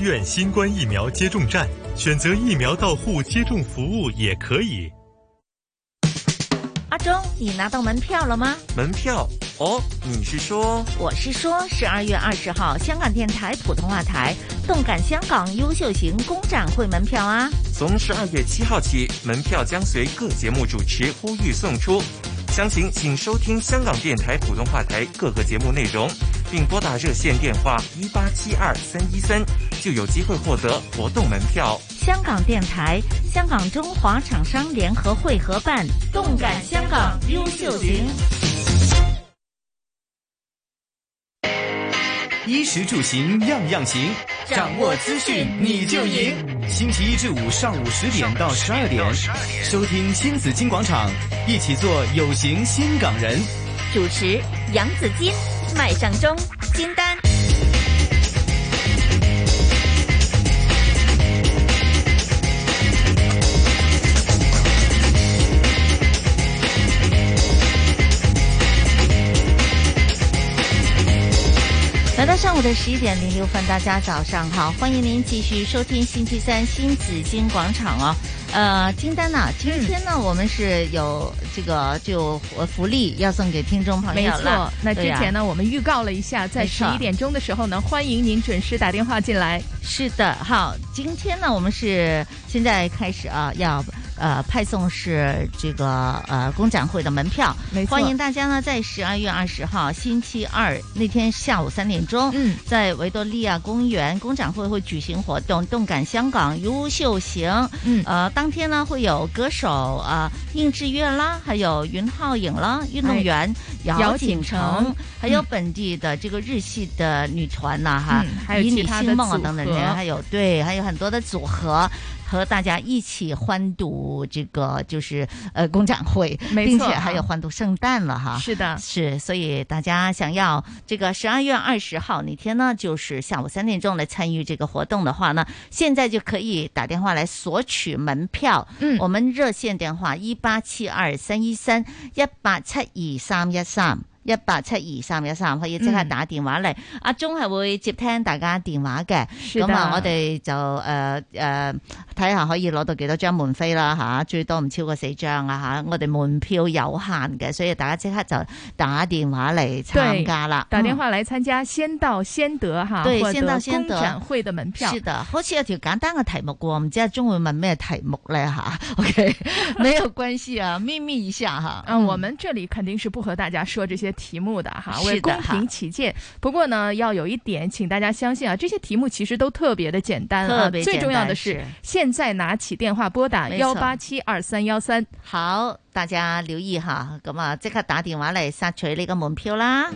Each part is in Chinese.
院新冠疫苗接种站，选择疫苗到户接种服务也可以。 阿忠，你拿到门票了吗？ 门票？哦，你是说？ 我是说12月20号香港电台普通话台动感香港优秀型工展会门票啊。 从12月7号起，门票将随各节目主持呼吁送出。详情请收听香港电台普通话台各个节目内容，并拨打热线电话1872313，就有机会获得活动门票。 香港电台、香港中华厂商联合会合办动感香港优秀型。 衣食住行样样行，掌握资讯你就赢。星期一至五上午10点到12点，收听新紫金广场，一起做有型新港人。 主持杨子金、麦尚中、金丹。来到上午的11点06分，大家早上好，欢迎您继续收听星期三新紫金广场哦。金丹呐，今天呢，我们是有这个就福利要送给听众朋友了。 没错，那之前呢，我们预告了一下，在11点钟的时候呢，欢迎您准时打电话进来。 是的，好，今天呢，我们是现在开始啊，要派送是这个工展会的门票， 没错， 欢迎大家呢在12月20号星期二那天下午3点钟，在维多利亚公园工展会举行活动，动感香港优秀型，当天呢会有歌手应志月啦，还有云浩颖啦，运动员姚锦成，还有本地的这个日系的女团呐还有以你其他的星梦啊组等等人，还有很多的组合。和大家一起欢度这个就是工展会，并且还有欢度圣诞了哈。 是的， 是，所以大家想要这个12月20号那天呢，就是下午3点钟来参与这个活动的话呢，现在就可以打电话来索取门票。我们热线电话1872313 1872313。1872313可以即刻打電話嚟，阿鐘係會接聽大家電話嘅，咁我哋就睇下可以攞到幾多張門飛啦嚇，最多唔超過4張啊嚇，我哋門票有限嘅，所以大家即刻就打電話嚟參加啦， 打電話嚟參加，先到先得哈， 對，先到先得工展會的門票。 是的，好似有條簡單嘅題目喎，唔知阿鐘會問咩題目咧嚇 ？OK， 沒有關係啊，秘密一下哈。 我們這裡肯定是不和大家說這些題目的哈，為公平起見。不過呢，要有一點，請大家相信啊，這些題目其實都特別的簡單啊。最重要的是，現在拿起電話撥打1872313。 好，大家留意哈，咁啊，即刻打電話嚟索取呢個門票啦。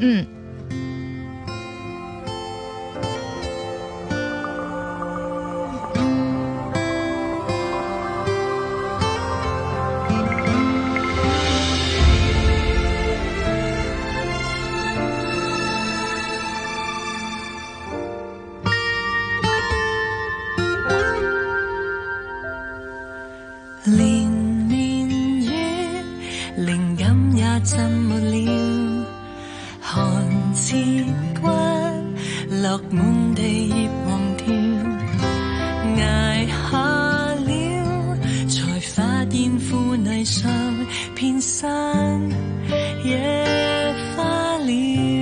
連綿雨，靈感也浸沒了，寒刺骨落滿地葉黃條，捱下了，才發現腐泥上遍山野花了，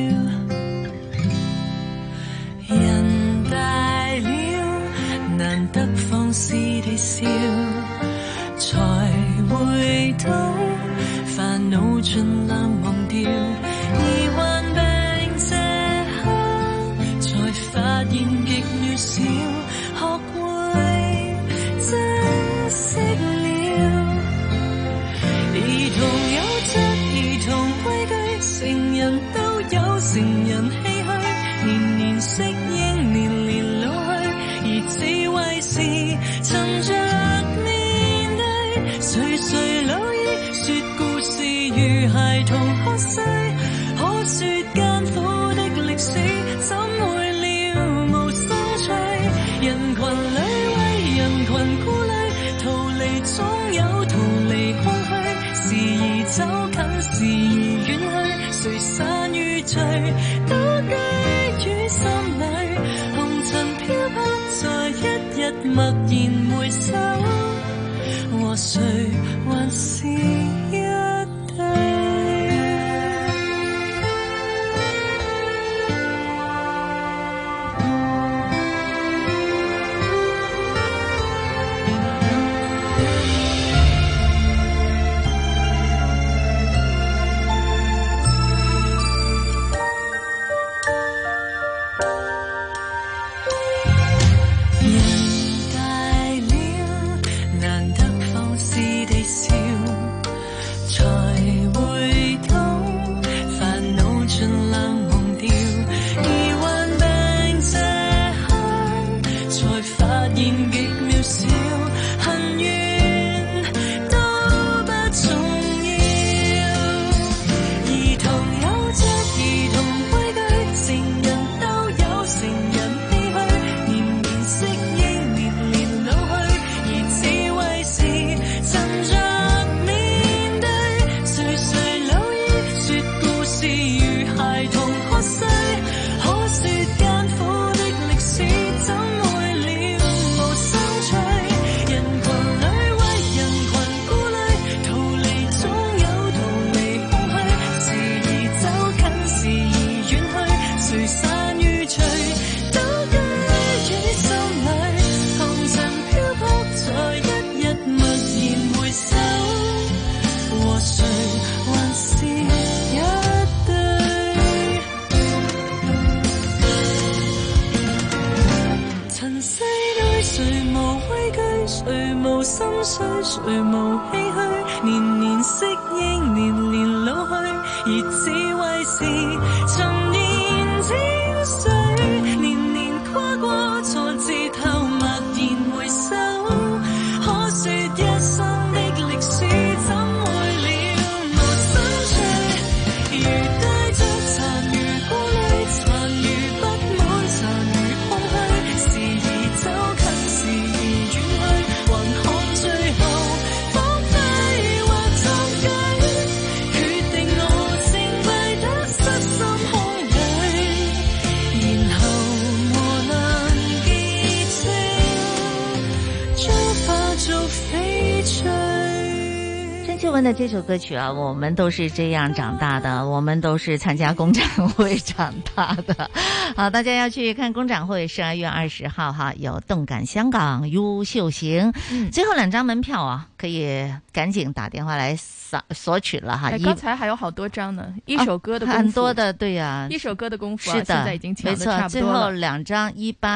人大了，難得放肆地笑，才回到煩惱盡量忘掉，而患病這刻才發現極渺小，學會珍惜了。兒童有着兒童規矩，成人都有成人唏噓，年年適應，年年老去，而智慧是沉着垂垂老矣，說故事如孩童喝水，可說艱苦的歷史，怎會了無生趣？人群裏為人群顧慮，逃離總有逃離空虛，時而走近，時而遠去，誰散與聚，都居於心裏，紅塵飄泊在日默然回首，和誰還是一對。誰無唏噓，年年適應，年年老去，而只為是尋年千歲，年年跨過挫折後默然回首，可說一生的歷史怎會了無心趣，如帶着殘餘顧慮，殘餘不滿，殘餘空虛，時而走近，時而遠去，還看最後郑秀文的这首歌曲啊，我们都是这样长大的，我们都是参加工展会长大的。好，大家要去看工展会，12月20号哈，有动感香港优秀行，最后2张门票啊，可以赶紧打电话来索取了哈。 刚才还有好多张呢，一首歌的功夫， 很多的，对呀， 一首歌的功夫， 是的， 现在已经抢得差不多了。 最后2张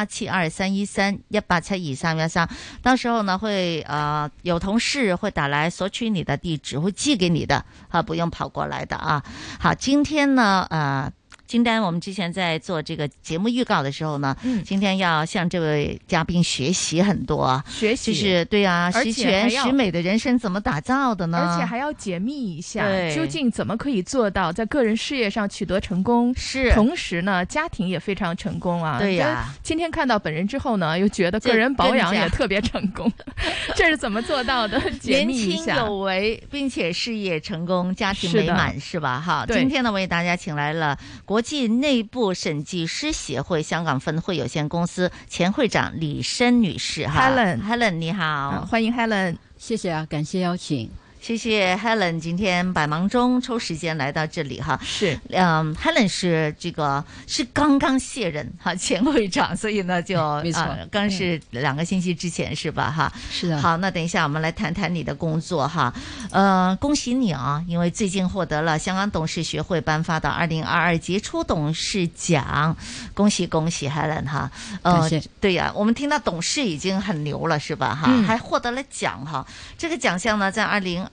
187231318723113，到时候呢会有同事会打来索取你的地址，会寄给你的啊，不用跑过来的啊。好，今天呢今天我们之前在做这个节目预告的时候呢，今天要向这位嘉宾学习很多， 学习就是对啊，十全十美的人生怎么打造的呢？ 而且还要解密一下，究竟怎么可以做到在个人事业上取得成功， 是同时呢家庭也非常成功啊。 对呀， 今天看到本人之后呢，又觉得个人保养也特别成功，这是怎么做到的？解密一下， 年轻有为，并且事业成功，家庭美满，是吧？哈，今天呢为大家请来了国际内部审计师协会香港分会有限公司前会长李申女士哈 ，Helen 你好， 欢迎 Helen， 谢谢啊，感谢邀请。 谢谢 Helen 今天百忙中抽时间来到这里哈。 是 ，Helen 是刚刚卸任哈前会长，所以呢就没错， 刚是2个星期之前是吧哈？ 是的。 好，那等一下我们来谈谈你的工作哈。恭喜你啊，因为最近获得了香港董事学会颁发的2022杰出董事奖，恭喜 Helen 哈。 感谢。 对呀，我们听到董事已经很牛了是吧哈？还获得了奖哈。这个奖项呢在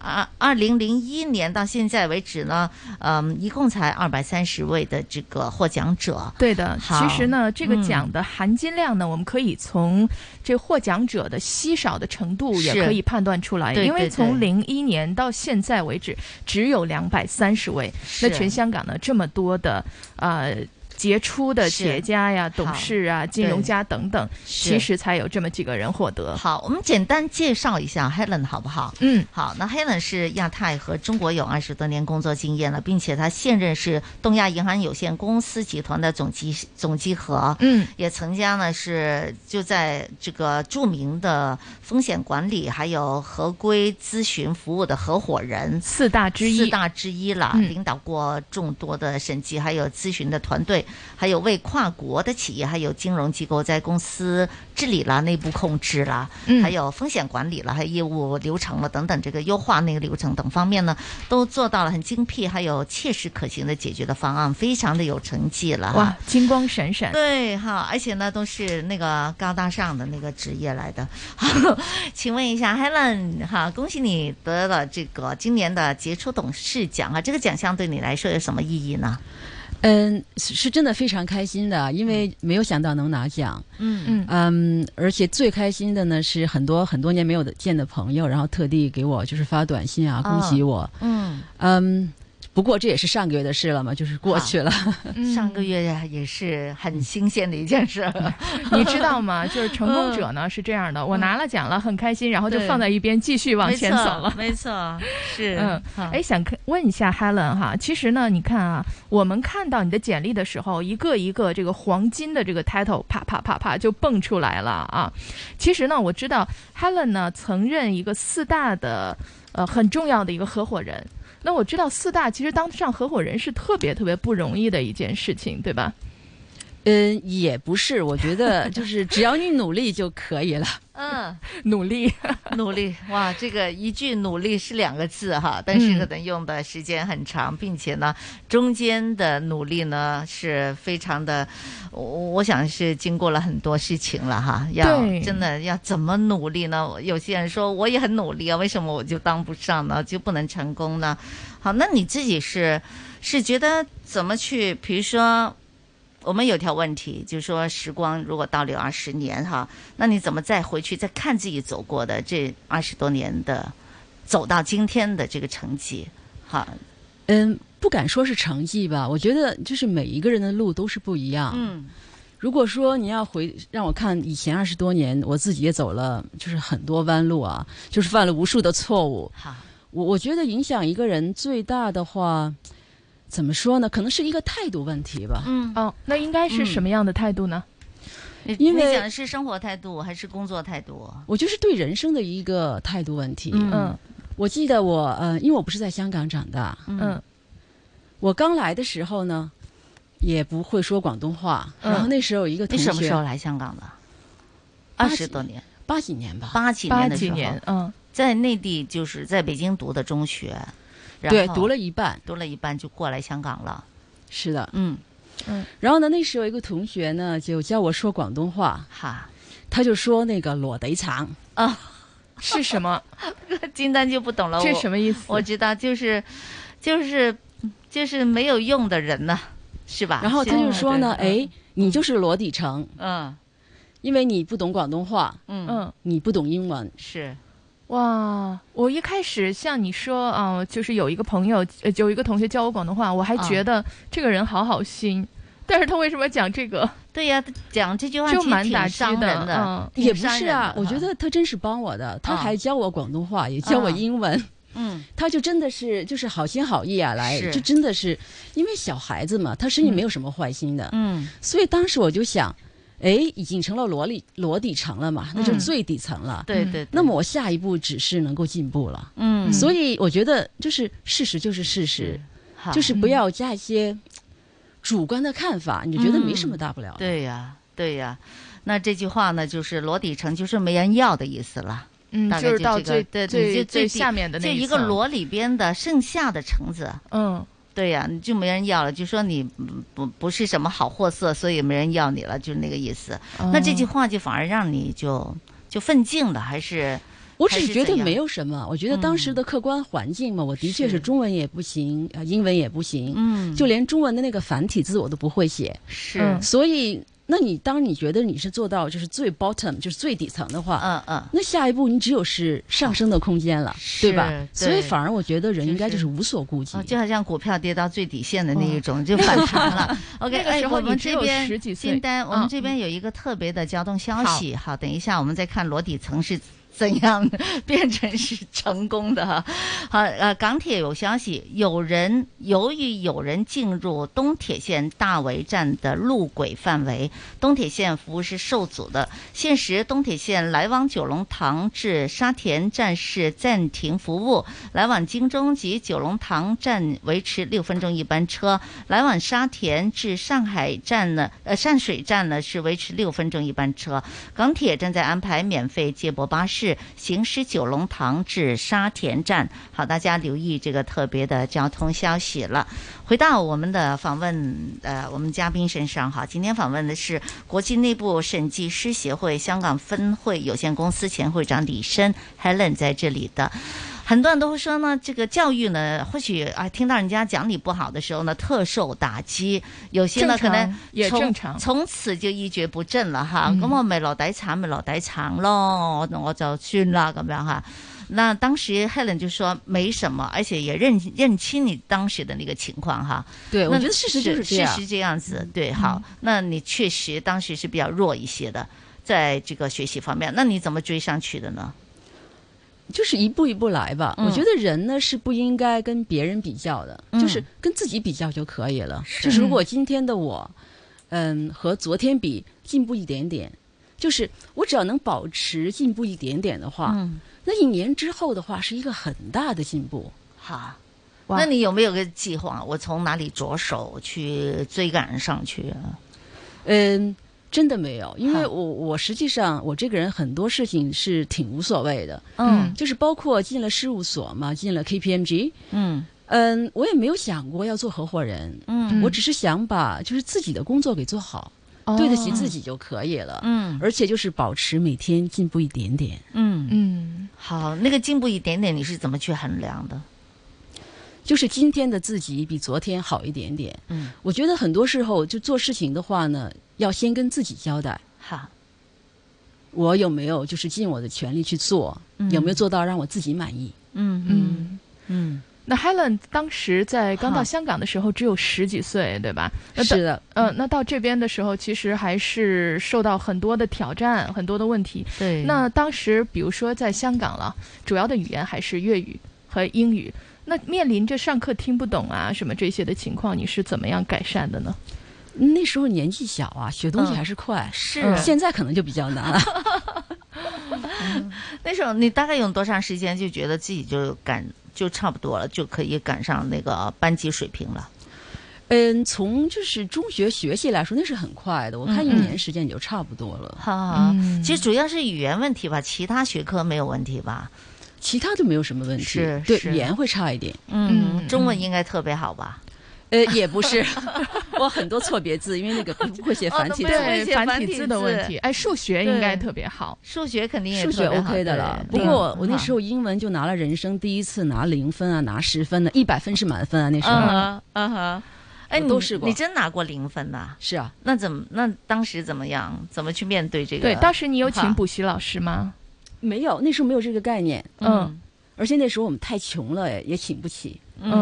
2001年到现在为止呢，一共才230位的这个获奖者。 对的，其实呢，这个奖的含金量呢，我们可以从这获奖者的稀少的程度也可以判断出来。因为从01年到现在为止，只有230位。那全香港呢这么多的杰出的企业家呀、董事啊、金融家等等，其实才有这么几个人获得。 好，我们简单介绍一下 Helen 好不好？好，那 Helen 是亚太和中国有20多年工作经验了，并且她现任是东亚银行有限公司集团的总稽核，也曾经呢是就在这个著名的风险管理还有合规咨询服务的合伙人四大之一了，领导过众多的审计还有咨询的团队，还有为跨国的企业还有金融机构在公司治理啦、内部控制啦，还有风险管理啦，还有业务流程了等等，这个优化那个流程等方面呢，都做到了很精辟，还有切实可行的解决的方案，非常的有成绩了。 哇，金光闪闪。 对哈，而且呢都是那个高大上的那个职业来的。请问一下 Helen 哈，恭喜你得了这个今年的杰出董事奖啊，这个奖项对你来说有什么意义呢？ 是真的非常开心的，因为没有想到能拿奖。而且最开心的呢是很多年没有见的朋友，然后特地给我就是发短信啊，恭喜我。不过这也是上个月的事了嘛，就是过去了。 上个月也是很新鲜的一件事。 你知道吗？就是成功者呢是这样的，我拿了奖了，很开心，然后就放在一边继续往前走了。 没错，是。 想问一下 Helen 哈，其实呢，你看啊，我们看到你的简历的时候，一个一个这个黄金的这个 title 啪啪啪啪就蹦出来了啊。其实呢，我知道 Helen 呢曾任一个四大的很重要的一个合伙人。那我知道四大其实当上合伙人是特别不容易的一件事情，对吧？ 也不是，我觉得就是只要你努力就可以了。 努力， 哇，这个一句努力是2个字哈，但是可能用的时间很长，并且呢，中间的努力呢是非常的，我想是经过了很多事情了哈。真的要怎么努力呢？有些人说我也很努力啊，为什么我就当不上呢？就不能成功呢？好，那你自己是觉得怎么去？比如说。我们有条问题，就是说时光如果倒流20年哈，那你怎么再回去再看自己走过的这20多年的走到今天的这个成绩？哈， 不敢说是成绩吧，我觉得就是每一个人的路都是不一样。如果说你要让我看以前20多年，我自己也走了就是很多弯路啊，就是犯了无数的错误。我觉得影响一个人最大的话。怎么说呢？可能是一个态度问题吧。 那应该是什么样的态度呢？ 因为你讲的是生活态度还是工作态度？ 我就是对人生的一个态度问题。我记得我因为我不是在香港长大。我刚来的时候呢，也不会说广东话。然后那时候有一个同学， 你什么时候来香港的？20多年 ，80几年吧。 80几年的时候，在内地就是在北京读的中学。 对，读了一半就过来香港了。 是的，然后呢，那时候有一个同学呢，就教我说广东话。他就说那个裸得长是什么？ 金丹就不懂了。 这什么意思？ 我知道，就是没有用的人呢，是吧？ 然后他就说呢，你就是裸底层。因为你不懂广东话。你不懂英文。 是。 哇，我一开始像你说就是有一个朋友，有一个同学教我广东话，我还觉得这个人好心，但是他为什么讲这个？ 对呀，讲这句话就蛮打伤人的。 也不是啊，我觉得他真是帮我的，他还教我广东话，也教我英文。他就真的是就是好心好意啊，来，就真的是因为小孩子嘛，他身里没有什么坏心的。所以当时我就想。已经成了裸底层了嘛，那就最底层了。 对。 那么我下一步只是能够进步了。所以我觉得就是事实就是事实，就是不要加一些主观的看法，你就觉得没什么大不了的。 对呀。那这句话呢，就是裸底层就是没人要的意思了。大概就是到最下面的那一个裸里边的剩下的层子。对呀，你就没人要了，就说你不是什么好货色，所以没人要你了，就是那个意思。那这句话就反而让你就奋进了，还是？ 我只是觉得没有什么，我觉得当时的客观环境嘛，我的确是中文也不行，英文也不行，就连中文的那个繁体字我都不会写。 是， 所以那你当你觉得你是做到就是最 bottom 就是最底层的话，那下一步你只有是上升的空间了，对吧？所以反而我觉得人应该就是无所顾忌， 就好像股票跌到最底线的那一种就反弹了。OK， 我们这边金丹，我们这边有一个特别的交通消息，好，等一下我们再看裸底层是怎样变成是成功的哈？好，港铁有消息，由于有人进入东铁线大围站的路轨范围，东铁线服务是受阻的。现时东铁线来往九龙塘至沙田站是暂停服务，来往金钟及九龙塘站维持6分钟一班车，来往沙田至上海站呢，上水站呢是维持6分钟一班车。港铁正在安排免费接驳巴士行驶九龙塘至沙田站。好，大家留意这个特别的交通消息了。回到我们的访问，我们嘉宾身上哈，今天访问的是国际内部审计师协会香港分会有限公司前会长李申 Helen 在这里的。很多人都会说呢，这个教育呢，或许听到人家讲你不好的时候呢，特受打击，有些呢可能也正常， 從此就一蹶不振了哈。咁我咪落底慘咯，我就算啦咁樣哈。那當時 Helen 就說沒什麼，而且也認清你當時的那個情況哈。 對，我覺得事實就是這樣， 事實這樣子，對，好，那你確實當時是比較弱一些的，在這個學習方面，那你怎麼追上去的呢？ 就是一步一步來吧。我覺得人呢是不應該跟別人比較的，就是跟自己比較就可以了。就是如果今天的我，和昨天比進步一點點，就是我只要能保持進步一點點的話，那1年之後的話是一個很大的進步。 好，那你有沒有個計劃？我從哪裡着手去追趕上去啊？ 真的沒有，因為我實際上我這個人很多事情是挺無所謂的，就是包括進了事務所嘛，進了 KPMG，我也沒有想過要做合夥人，我只是想把就是自己的工作給做好，對得起自己就可以了，而且就是保持每天進步一點點， 好，那個進步一點點你是怎麼去衡量的？ 就是今天的自己比昨天好一點點，我覺得很多時候就做事情的話呢，要先跟自己交代， 好， 我有沒有就是盡我的全力去做，有沒有做到讓我自己滿意？ 那 Helen 當時在剛到香港的時候只有10幾歲，對吧？ 是的， 那到這邊的時候，其實還是受到很多的挑戰，很多的問題。 對， 那當時，比如說在香港了，主要的語言還是粵語和英語。那面臨着上課聽不懂啊，什麼這些的情況，你是怎麼樣改善的呢？ 那時候年紀小啊，學東西還是快， 是， 現在可能就比較難了。 那時候你大概用多長時間就覺得自己就差不多了，就可以趕上那個班級水平了？ 從就是中學學習來說，那是很快的，我看1年時間也就差不多了。 好，其實主要是語言問題吧，其他學科沒有問題吧？ 其他都沒有什麼問題，對，語言會差一點。 中文應該特別好吧？ 也不是，我很多錯別字，因為那個不會寫繁體字， 對繁體字的問題。數學應該特別好， 數學肯定也數學 OK 的了。不過我那時候英文就拿了人生第一次拿0分啊，拿10分的，100分是滿分啊，那時候。 哎，你真拿過0分呐？ 是啊， 那當時怎麼樣？怎麼去面對這個？ 對，當時你有請補習老師嗎？ 沒有，那時候沒有這個概念。而且那時候我們太窮了，也請不起。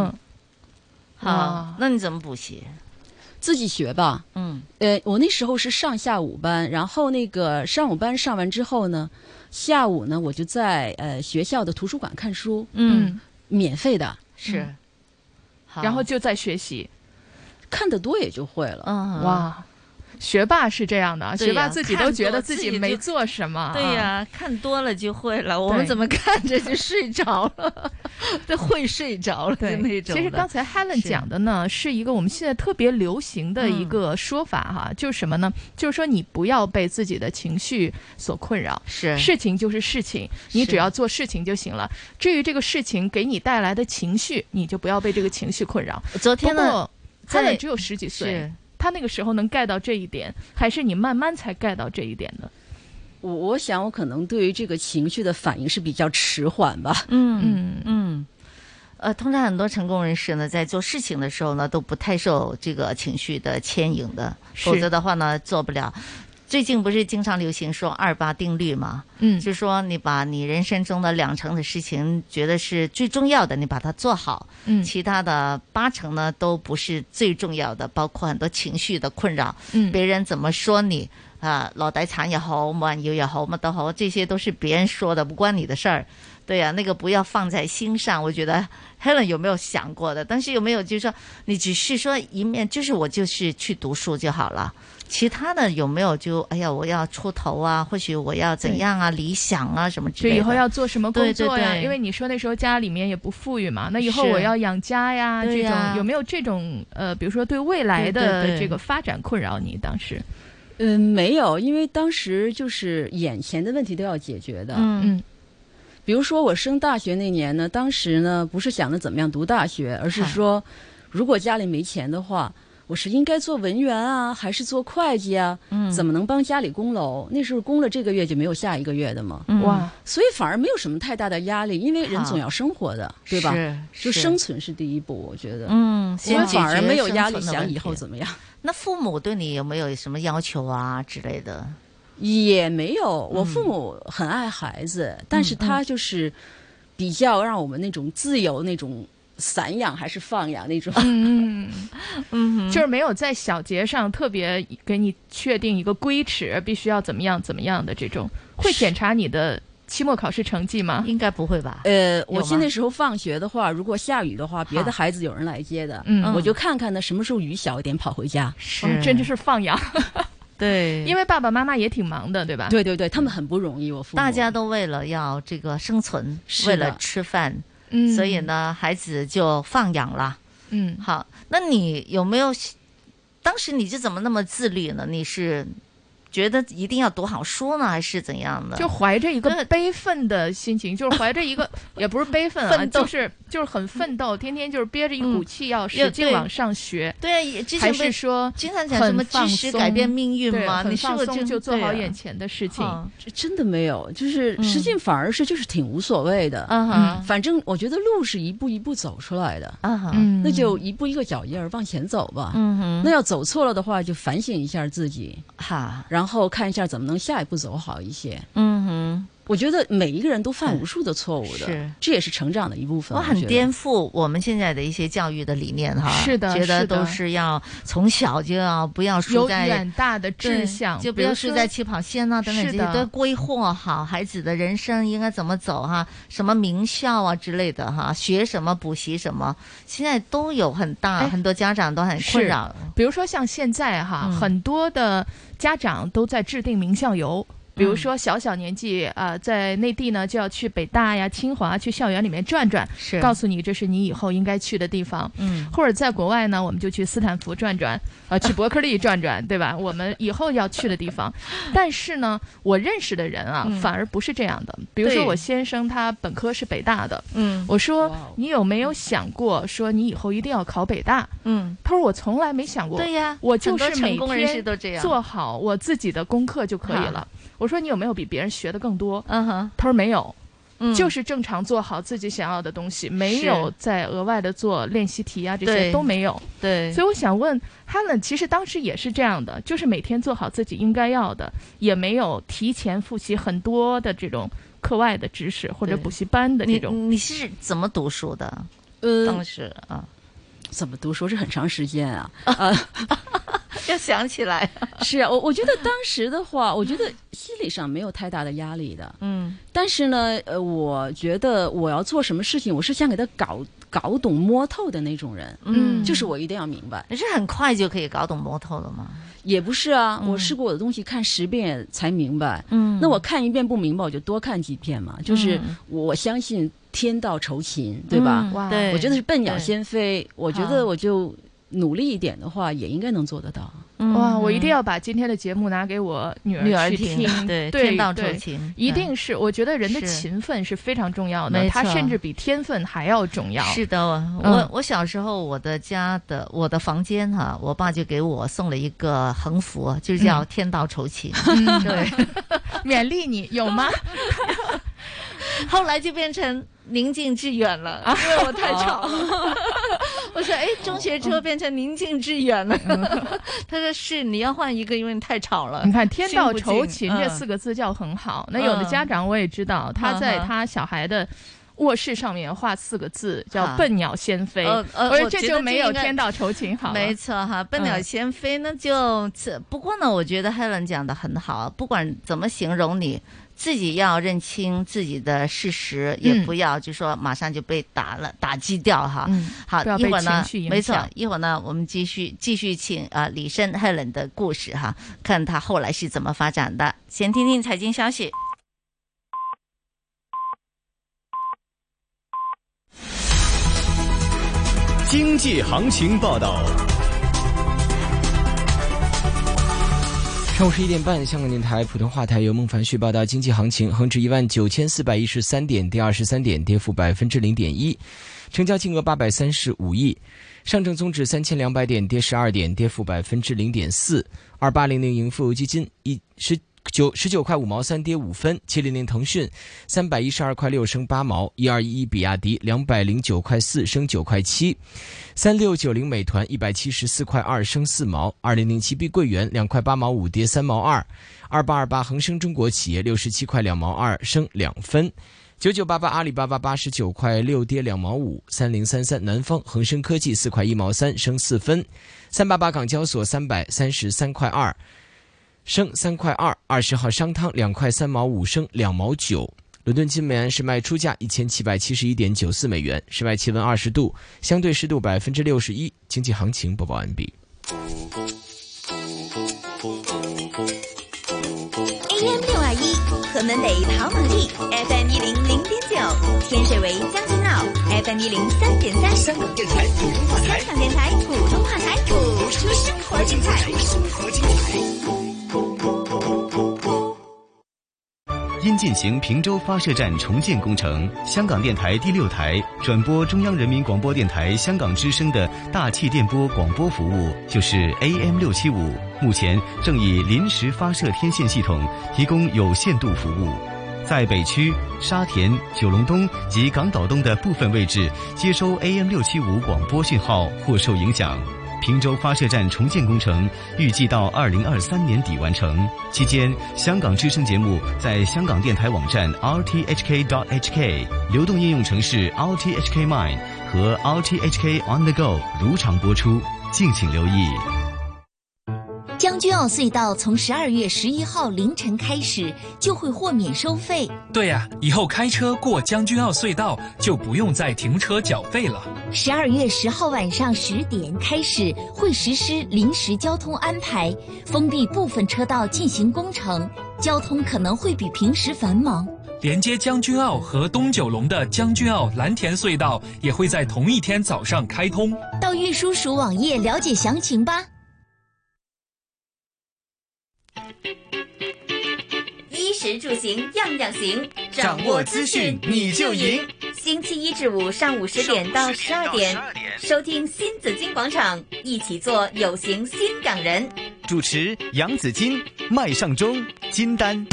好，那你怎麼補習？ 自己學吧。我那時候是上下午班，然後那個上午班上完之後呢，下午呢我就在學校的圖書館看書，免費的。 是， 然後就在學習， 看得多也就會了。 哇。學霸是這樣的，學霸自己都覺得自己沒做什麼。 對呀，看多了就會了。我們怎麼看着就睡着了，都會睡着了的那種。 其實剛才 Helen 講的呢，是一個我們現在特別流行的一個說法哈，就是什麼呢？就是說你不要被自己的情緒所困擾，事情就是事情，你只要做事情就行了。至於這個事情給你帶來的情緒，你就不要被這個情緒困擾。 昨天呢 ，Helen 只有10幾歲。他那個時候能 get 到這一點，還是你慢慢才 get 到這一點的？ 我想我可能對於這個情緒的反應是比較遲緩吧。 通常很多成功人士呢，在做事情的时候呢，都不太受这个情绪的牵引的，否则的话呢，做不了。最近不是经常流行说2-8定律吗？就是说你把你人生中的2成的事情觉得是最重要的，你把它做好，其他的8成呢都不是最重要的，包括很多情绪的困扰，别人怎么说你啊，落底產也好，冇人要也好，乜都好，這些都是別人說的，不關你的事兒。對呀、啊，那個不要放在心上。我覺得 Helen 有沒有想過的？但是有沒有就是說，你只是說一面，就是我就是去讀書就好了。其他的有沒有就哎呀，我要出頭啊，或許我要怎樣啊，理想啊什麼之類的。 就以後要做什麼工作呀？ 對對對， 因為你說那時候家裡面也不富裕嘛，那以後我要養家呀，這種有沒有這種比如說對未來的這個發展困擾你當時？ 沒有，因為當時就是眼前的問題都要解決的。比如說我升大學那年呢，當時呢不是想着怎麼樣讀大學，而是說如果家裡沒錢的話，我是應該做文員啊，還是做會計啊？怎麼能幫家裡供樓？那時候供了這個月就沒有下一個月的嘛。哇，所以反而沒有什麼太大的壓力，因為人總要生活的，對吧？就生存是第一步，我覺得。所以反而沒有壓力想以後怎麼樣。 那父母對你有沒有什麼要求啊之類的？ 也沒有，我父母很愛孩子，但是他就是比較讓我們那種自由那種散養還是放養那種， 就是沒有在小節上特別給你確定一個規尺，必須要怎麼樣怎麼樣的這種。會檢查你的期末考試成績嗎？ 應該不會吧。 我記得那時候放學的話，如果下雨的話，別的孩子有人來接的，我就看看呢什麼時候雨小一點跑回家。 真就是放養。 對， 因為爸爸媽媽也挺忙的，對吧？ 對對對，他們很不容易，我父母大家都為了要這個生存，為了吃飯，所以呢，孩子就放養了。好，那你有沒有當時你是怎麼那麼自律呢？你是覺得一定要讀好書呢，還是怎樣的？ 就懷着一個悲憤的心情，就是懷着一個也不是悲憤啊，就是很奮鬥，天天就是憋着一股氣要使勁往上學。 對啊，之前還是說經常講什麼知識改變命運嗎？ 你放鬆就做好眼前的事情。 真的沒有，就是實際反而是就是挺無所謂的。反正我覺得路是一步一步走出來的。那就一步一個腳印兒往前走吧。那要走錯了的話，就反省一下自己。然後看一下怎麼能下一步走好一些。我覺得每一個人都犯無數的錯誤的，這也是成長的一部分。 我很顛覆我們現在的一些教育的理念哈， 是的， 覺得都是要從小就要不要輸在有遠大的志向， 就不要輸在起跑線啊等等這些，都規劃好孩子的人生應該怎麼走哈，什麼名校啊之類的哈，學什麼補習什麼，現在都有很多家長都很困擾。 比如說像現在哈，很多的家長都在制定名校遊。比如說小小年紀在內地呢就要去北大呀、清華，去校園裡面轉轉，告訴你這是你以後應該去的地方。或者在國外呢，我們就去斯坦福轉轉，去伯克利轉轉，對吧？我們以後要去的地方。但是呢，我認識的人啊，反而不是這樣的。比如說我先生他本科是北大的，我說你有沒有想過說你以後一定要考北大？他說我從來沒想過。 對呀， 我就是每天做好我自己的功課就可以了。我說你有沒有比別人學得更多？他說沒有，就是正常做好自己想要的東西，沒有再額外的做練習題啊，這些都沒有。對，所以我想問 Helen，其實當時也是這樣的，就是每天做好自己應該要的，也沒有提前複習很多的這種課外的知識或者補習班的這種。 你是怎麼讀書的？當時怎麼讀書是很長時間啊。 要想起來。 是啊，我覺得當時的話，我覺得心理上沒有太大的壓力的。但是呢，我覺得我要做什麼事情，我是想給他搞懂摸透的那種人。就是我一定要明白。 你是很快就可以搞懂摸透了嗎？ 也不是啊，我試過我的東西看10遍才明白。那我看1遍不明白，我就多看幾遍嘛。就是我相信天道酬勤，對吧？對，我覺得是笨鳥先飛。我覺得我就努力一點的話，也應該能做得到。 哇！我一定要把今天的節目拿給我女兒去聽。 對，天道酬勤， 一定是。我覺得人的勤奮是非常重要的，它甚至比天分還要重要。 是的，我小時候我的房間哈，我爸就給我送了一個橫幅，就叫天道酬勤。對， 勉勵你有嗎？ 后来就变成宁静致远了，因为我太吵了。我说中学之后变成宁静致远了。他说是，你要换一个，因为你太吵了。 你看天道酬勤这4个字叫很好。那有的家长我也知道，他在他小孩的卧室上面画4个字叫笨鸟先飞，而这就没有天道酬勤好了。 没错哈，笨鸟先飞那就不过呢，我觉得 Helen 讲的很好，不管怎么形容你，自己要认清自己的事实，也不要就说马上就被打击掉哈。好，一会儿呢，没错，一会儿呢，我们继续请李生 Helen 的故事哈，看他后来是怎么发展的。先听听财经消息。 经济行情报道。 上午11点半，香港电台普通话台由孟凡旭报道经济行情。恒指19413点，跌23点，跌幅0.1%，成交金额835亿。上证综指3200点，跌12点，跌幅0.4%。2800盈富基金19块5毛3，跌5分。700腾讯312块6升8毛。1211比亚迪209块4升9块7。3690美团174块2升4毛。2007碧桂园2块8毛5跌3毛2。2828恒生中国企业67块2毛2升2分。9988阿里巴巴89块6跌2毛5。3033南方恒生科技4块1毛3升4分。388港交所333块2升3块2。20号商汤2块3毛5升2毛9。伦敦金每安士卖出价1771.94美元，室外气温20度，相对湿度61%。经济行情播报完毕。 AM621河门北跑马地 FM 100.9，天水围将军澳 FM 103.3，香港电台普通话台，播出生活精彩。 因进行平洲发射站重建工程，香港电台第6台转播中央人民广播电台香港之声的大气电波广播服务，就是 AM675，目前正以临时发射天线系统提供有限度服务。在北区、沙田、九龙东及港岛东的部分位置接收 AM675 广播讯号或受影响。平洲发射站重建工程预计到2023年底完成，期间香港之声节目在香港电台网站 rthk.hk、 流动应用程式 rthk Mine 和 rthk On The Go 如常播出，敬请留意。 将军澳隧道从12月11号凌晨开始就会豁免收费。 对呀，以后开车过将军澳隧道就不用再停车缴费了。 12月10号晚上10点开始会实施临时交通安排，封闭部分车道进行工程，交通可能会比平时繁忙。 连接将军澳和东九龙的将军澳蓝田隧道也会在同一天早上开通。 到运输署网页了解详情吧。衣食住行样样行， 掌握资讯你就赢。 星期1至5上午10点到12点，收听新紫金广场，一起做有型新港人。 主持杨紫金、麦尚中、金丹。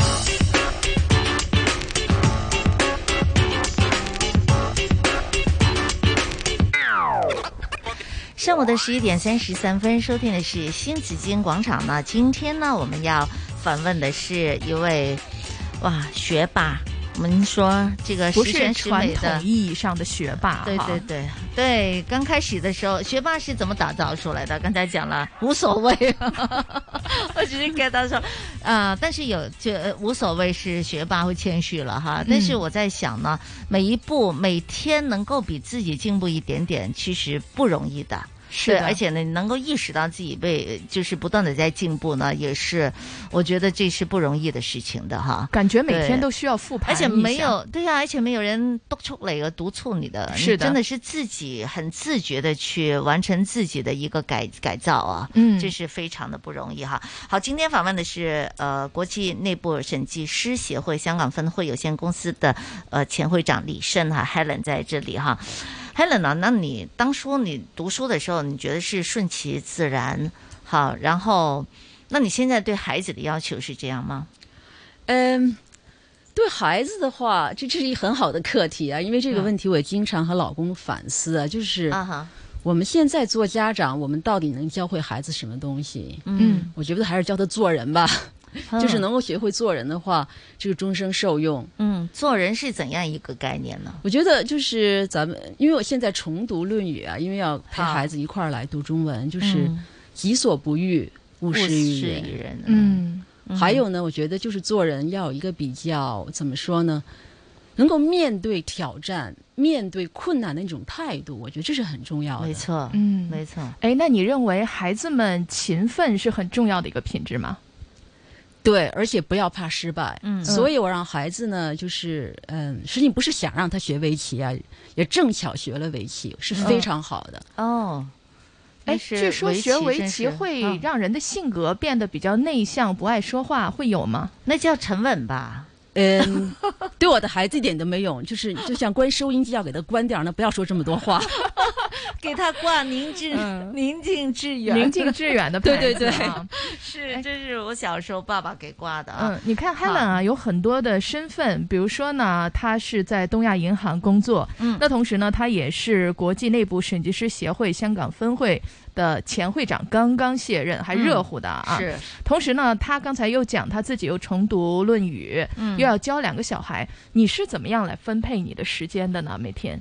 上午的11点33分，收听的是新紫金广场呢。今天呢，我们要访问的是一位学霸。我们说这个不是传统意义上的学霸， 对，刚开始的时候，学霸是怎么打造出来的？刚才讲了，无所谓，我只是跟他说，但是无所谓是学霸会谦虚了哈。但是我在想呢，每天能够比自己进步一点点，其实不容易的。 是， 而且呢，你能够意识到自己就是不断的在进步呢，也是我觉得这是不容易的事情的哈。 感觉每天都需要复盘一下， 而且没有人督促督促你的， 是的， 你真的是自己很自觉的去完成自己的一个改造啊，这是非常的不容易哈。好，今天访问的是国际内部审计师协会香港分会有限公司的前会长李胜哈 Helen 在这里哈。Helen 啊，那你当初你读书的时候，你觉得是顺其自然，好，然后，那你现在对孩子的要求是这样吗？ 对孩子的话，这是一很好的课题啊，因为这个问题我也经常和老公反思啊，就是我们现在做家长，我们到底能教会孩子什么东西？我觉得还是教他做人吧。就是能够学会做人的话，这个终生受用。 做人是怎样一个概念呢？ 我觉得就是咱们，因为我现在重读《论语》啊，因为要陪孩子一块儿来读中文，就是己所不欲，勿施于人。还有呢，我觉得就是做人要有一个比较，怎么说呢？能够面对挑战、面对困难的那种态度，我觉得这是很重要的。 没错，没错。 哎，那你认为孩子们勤奋是很重要的一个品质吗？ 对，而且不要怕失败。所以我让孩子呢，就是实际不是想让他学围棋啊，也正巧学了围棋，是非常好的。 哎，据说学围棋会让人的性格变得比较内向，不爱说话，会有吗？ 那叫沉稳吧。 对我的孩子一点都没用，就像关收音机要给他关掉，那不要说这么多话， 给他挂宁静致远的牌子。 对， 是，这是我小时候爸爸给挂的啊。 你看 Helen 啊，有很多的身份，比如说呢，他是在东亚银行工作，那同时呢，他也是国际内部审计师协会香港分会的前会长，刚刚卸任，还热乎的啊。 是。 同时呢，他刚才又讲他自己又重读《论语》，又要教2个小孩，你是怎么样来分配你的时间的呢？每天？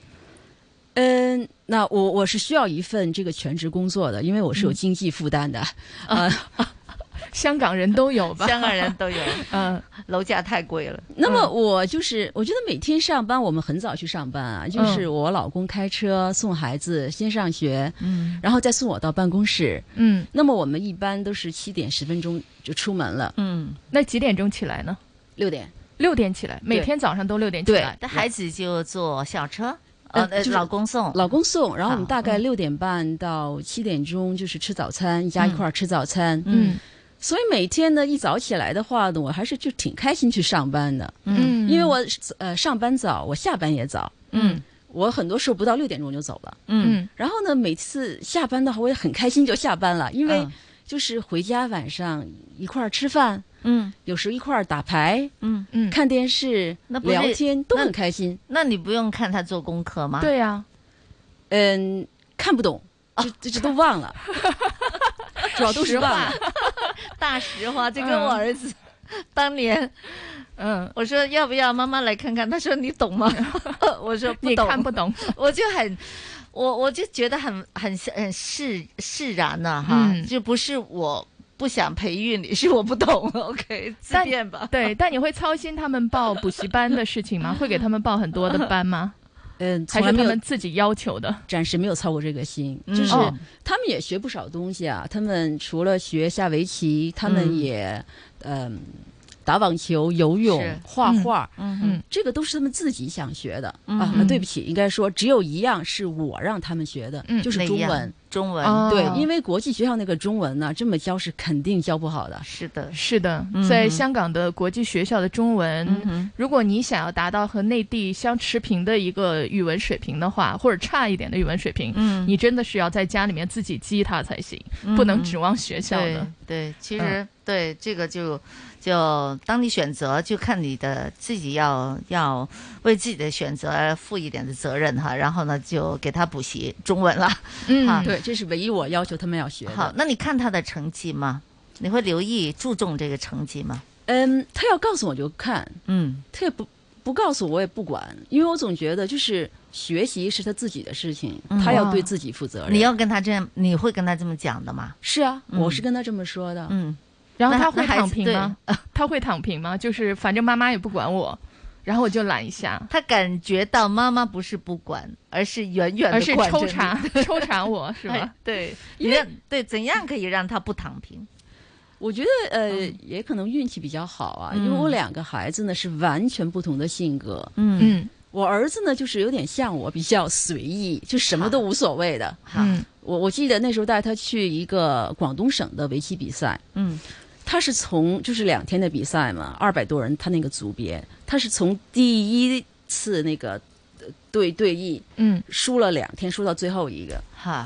那我是需要一份这个全职工作的，因为我是有经济负担的。 香港人都有吧？ 香港人都有。楼价太贵了。 那么我觉得每天上班，我们很早去上班啊，就是我老公开车送孩子先上学，然后再送我到办公室。那么我们一般都是7点10分钟就出门了。 那几点钟起来呢 ？6点。 6点起来，每天早上都6点起来。 那孩子就坐校车。老公送， 然后我们大概6点半到7点钟就是吃早餐，一家一块儿吃早餐。所以每天呢一早起来的话呢，我还是就挺开心去上班的。因为我上班早，我下班也早。我很多时候不到6点钟就走了。然后呢，每次下班的话，我也很开心就下班了，因为就是回家晚上一块儿吃饭。有时候一块儿打牌，看电视，聊天都很开心。 那你不用看他做功课吗？ 对呀， 看不懂，这都忘了，主要都是忘了。 大实话，就跟我儿子当年，我说要不要妈妈来看看？他说你懂吗？我说不懂， 你看不懂， 我就很。我就觉得很释然了哈，就不是我不想培育你，是我不懂。OK， 自辩吧。 对，但你会操心他们报补习班的事情吗？会给他们报很多的班吗？还是他们自己要求的？ 暂时没有操过这个心，就是他们也学不少东西啊。他们除了学下围棋，他们也打网球、游泳、画画，这个都是他们自己想学的啊。对不起，应该说只有一样是我让他们学的，就是中文。 中文对，因为国际学校那个中文呢，这么教是肯定教不好的。 是的，在香港的国际学校的中文，如果你想要达到和内地相持平的一个语文水平的话，或者差一点的语文水平，你真的是要在家里面自己激它才行，不能指望学校的。 对，其实对这个就当你选择，就看你的自己要为自己的选择负一点的责任哈，然后呢就给他补习中文了。 对，这是唯一我要求他们要学的。 好，那你看他的成绩吗？你会留意注重这个成绩吗？ 他要告诉我就看，他也不告诉我也不管，因为我总觉得就是学习是他自己的事情，他要对自己负责任。 你要跟他这样，你会跟他这么讲的吗？ 是啊，我是跟他这么说的。 然后他会躺平吗？他会躺平吗？就是反正妈妈也不管我，然后我就懒一下。 他感觉到妈妈不是不管，而是远远的管着你， 而是抽查我是吧？ 对，怎样可以让他不躺平？ 我觉得也可能运气比较好啊，因为我2个孩子呢是完全不同的性格。我儿子呢就是有点像我，比较随意，就什么都无所谓的。我记得那时候带他去一个广东省的围棋比赛。他是从就是2天的比赛嘛，200多人，他那个组别，他是从第一次那个对弈，输了2天，输到最后一个。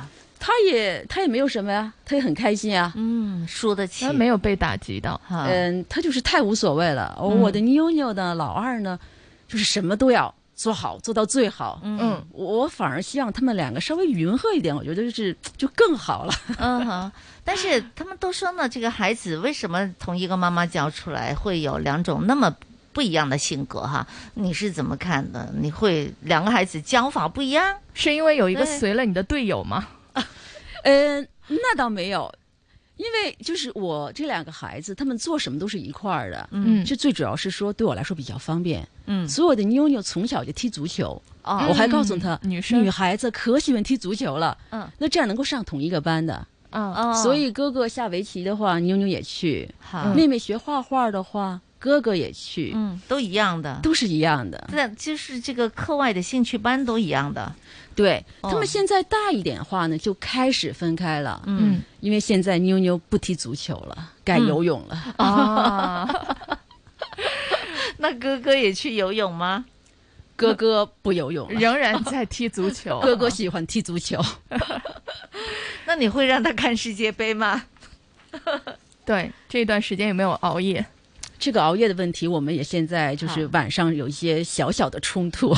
他也没有什么呀，他也很开心啊。 输得起， 他没有被打击到。 他就是太无所谓了。我的妞妞呢，老二呢，就是什么都要做好，做到最好。我反而希望他们两个稍微匀和一点，我觉得就更好了。 但是他们都说呢，这个孩子为什么同一个妈妈教出来会有两种那么不一样的性格哈？你是怎么看的？你会两个孩子教法不一样， 是因为有一个随了你的队友吗？ 那倒没有，因为就是我这两个孩子，他们做什么都是一块儿的。这最主要是说对我来说比较方便。所以我的妞妞从小就踢足球。我还告诉她，女孩子可喜欢踢足球了。那这样能够上同一个班的。所以哥哥下围棋的话，妞妞也去；妹妹学画画的话，哥哥也去。 都一样的， 都是一样的。 对，就是这个课外的兴趣班都一样的。 对，他们现在大一点的话呢，就开始分开了。因为现在妞妞不踢足球了，改游泳了。 那哥哥也去游泳吗？ 哥哥不游泳了， 仍然在踢足球。 哥哥喜欢踢足球。 那你会让他看世界杯吗？ 对，这段时间有没有熬夜？ 这个熬夜的问题，我们也现在就是晚上有一些小小的冲突。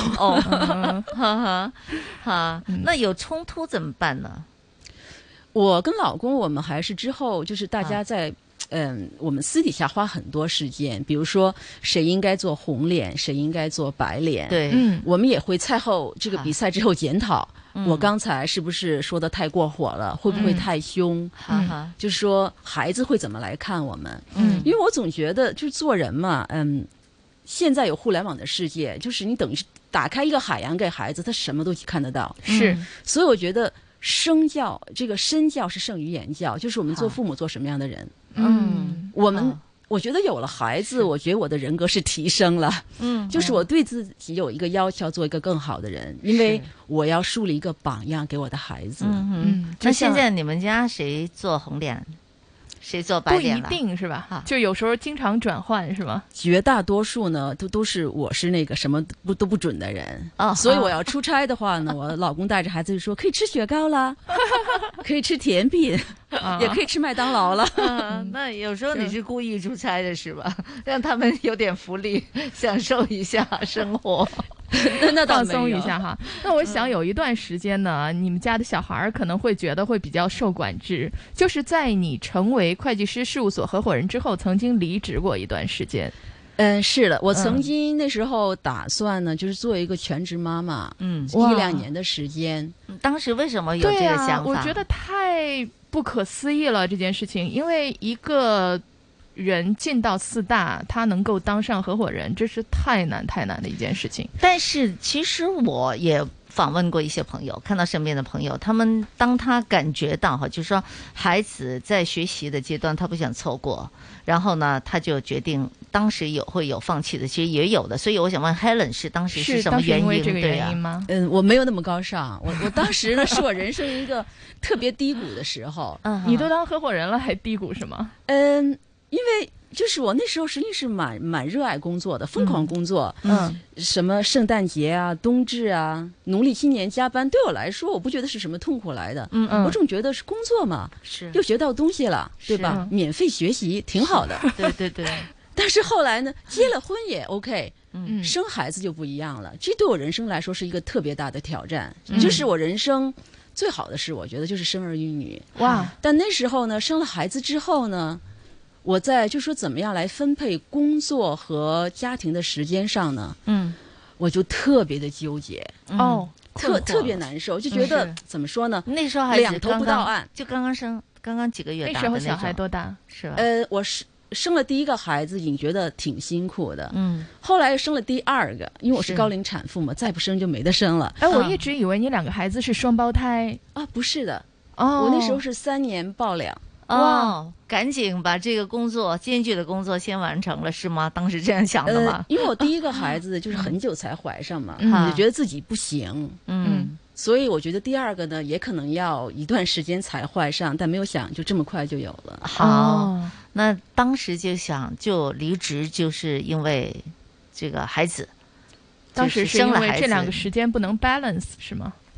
那有冲突怎么办呢？ 我跟老公，我们还是之后就是大家在我们私底下花很多时间，比如说谁应该做红脸，谁应该做白脸。 对， 我们也会赛后这个比赛之后检讨。我刚才是不是说的太过火了？会不会太凶？就是说孩子会怎么来看我们？因为我总觉得就是做人嘛，现在有互联网的世界，就是你等于是打开一个海洋给孩子，他什么都看得到。 是， 所以我觉得身教这个身教是胜于言教，就是我们做父母做什么样的人。我觉得有了孩子，我觉得我的人格是提升了。就是我对自己有一个要求，要做一个更好的人，因为我要树立一个榜样给我的孩子。 那现在你们家谁做红脸，谁做白脸了？ 不一定是吧？就有时候经常转换是吗？ 绝大多数呢，都是我是那个什么都不准的人。所以我要出差的话呢，我老公带着孩子就说可以吃雪糕啦，可以吃甜品。也可以吃麦当劳了。 那有时候你是故意出差的是吧？让他们有点福利，享受一下生活。 那放松一下哈。那我想有一段时间呢，你们家的小孩可能会觉得会比较受管制，就是在你成为会计师事务所合伙人之后，曾经离职过一段时间。 是的，我曾经那时候打算呢，就是做一个全职妈妈，1-2年的时间。 当时为什么有这个想法？ 我觉得太不可思议了这件事情，因为一个人进到4大，他能够当上合伙人，这是太难的一件事情。 但是其实我也访问过一些朋友，看到身边的朋友，他们当他感觉到就是说孩子在学习的阶段他不想错过，然后呢他就决定当时会有放弃的，其实也有的。所以我想问 Helen 是当时是什么原因？ 因为这个原因吗？ 我没有那么高尚，我当时呢是我人生一个特别低谷的时候。 你都当合伙人了还低谷是吗？ 因为就是我那时候实际是蛮热爱工作的，疯狂工作。什么圣诞节啊、冬至啊、农历新年加班，对我来说我不觉得是什么痛苦来的。我总觉得是工作嘛， 是又学到东西了，对吧？免费学习挺好的。 对。 但是后来呢，结了婚也 OK。生孩子就不一样了，这对我人生来说是一个特别大的挑战。就是我人生最好的事，我觉得就是生儿育女。 哇！ 但那时候呢，生了孩子之后呢，我在就说怎么样来分配工作和家庭的时间上呢，我就特别的纠结。特别难受，就觉得怎么说呢？ 那时候还两头不到岸， 就刚刚几个月大的那时候小孩多大？ 是吧？ 我生了第一个孩子已经觉得挺辛苦的。后来又生了第2个，因为我是高龄产妇嘛，再不生就没得生了。 我一直以为你2个孩子是双胞胎啊，不是的。我那时候是3年抱2。 赶紧把这个艰巨的工作先完成了是吗？当时这样想的吗？ 因为我第一个孩子就是很久才怀上嘛，就觉得自己不行。所以我觉得第2个呢也可能要一段时间才怀上，但没有想就这么快就有了。 好，那当时就离职，就是因为这个孩子。 当时是因为这2个时间不能 balance 是吗？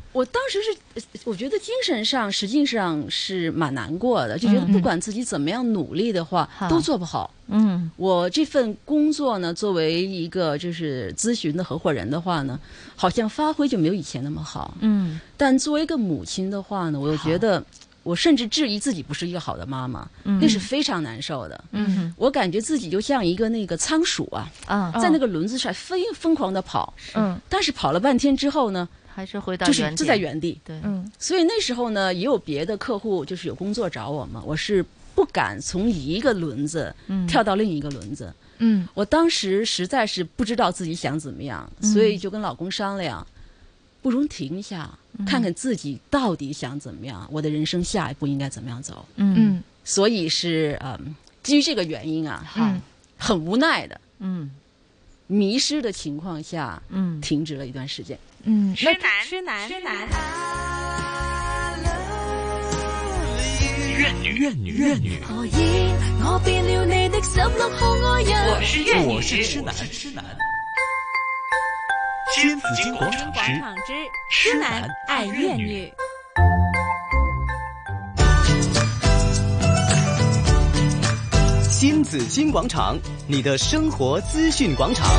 我当时我觉得精神上实际上是蛮难过的，就觉得不管自己怎么样努力的话，都做不好。我这份工作呢，作为一个就是咨询的合伙人的话呢，好像发挥就没有以前那么好。但作为一个母亲的话呢，我又觉得我甚至质疑自己不是一个好的妈妈，那是非常难受的。我感觉自己就像一个那个仓鼠在那个轮子上疯狂的跑。但是跑了半天之后呢， 还是回到就是就在原地。 对， 所以那时候呢，也有别的客户就是有工作找我嘛，我是不敢从一个轮子跳到另一个轮子。我当时实在是不知道自己想怎么样，所以就跟老公商量，不如停一下，看看自己到底想怎么样，我的人生下一步应该怎么样走。所以是基于这个原因很无奈的，迷失的情况下，停止了一段时间。 痴男。 怨女。 我是痴男。 新紫金广场之痴男爱怨女。 新紫金广场，你的生活资讯广场。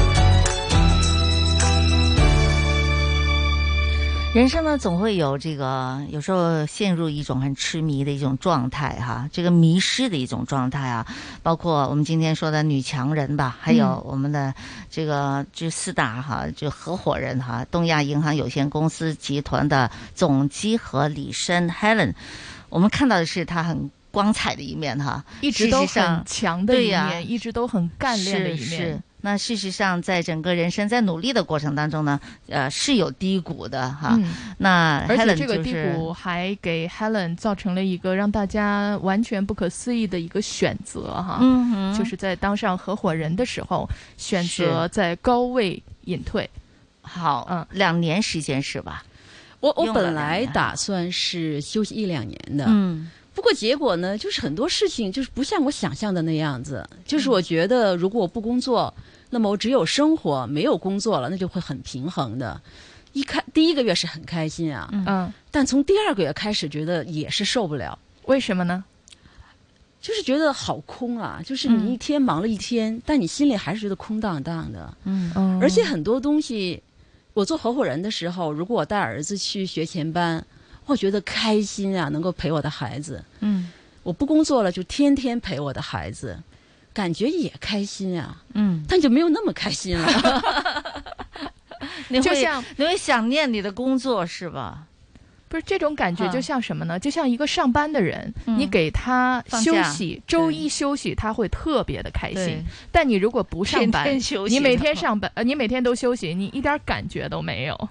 人生呢，总会有这个，有时候陷入一种很痴迷的一种状态哈，这个迷失的一种状态啊，包括我们今天说的女强人吧，还有我们的这个4大哈，就合伙人哈，东亚银行有限公司集团的总机合李申 Helen， 我们看到的是她很光彩的一面哈， 一直都很强的一面，一直都很干练的一面。 是那事实上，在整个人生在努力的过程当中呢，是有低谷的哈。那 Helen 而且这个低谷还给 Helen 造成了一个让大家完全不可思议的一个选择哈。就是在当上合伙人的时候，选择在高位隐退。 好，2年时间是吧？ 我本来打算是休息1-2年的。不过结果呢，就是很多事情就是不像我想象的那样子。就是我觉得，如果我不工作，那么我只有生活，没有工作了，那就会很平衡的。第1个月是很开心但从第2个月开始，觉得也是受不了。 为什么呢？ 就是觉得好空啊！就是你一天忙了一天，但你心里还是觉得空荡荡的。而且很多东西，我做合伙人的时候，如果我带儿子去学前班，我觉得开心啊，能够陪我的孩子。我不工作了，就天天陪我的孩子，感觉也开心啊。但就没有那么开心了。 你会想念你的工作是吧？ 不是这种感觉，就像什么呢？就像一个上班的人，你给他休息，周一休息，他会特别的开心。但你如果不上班，你每天上班，你每天都休息，你一点感觉都没有。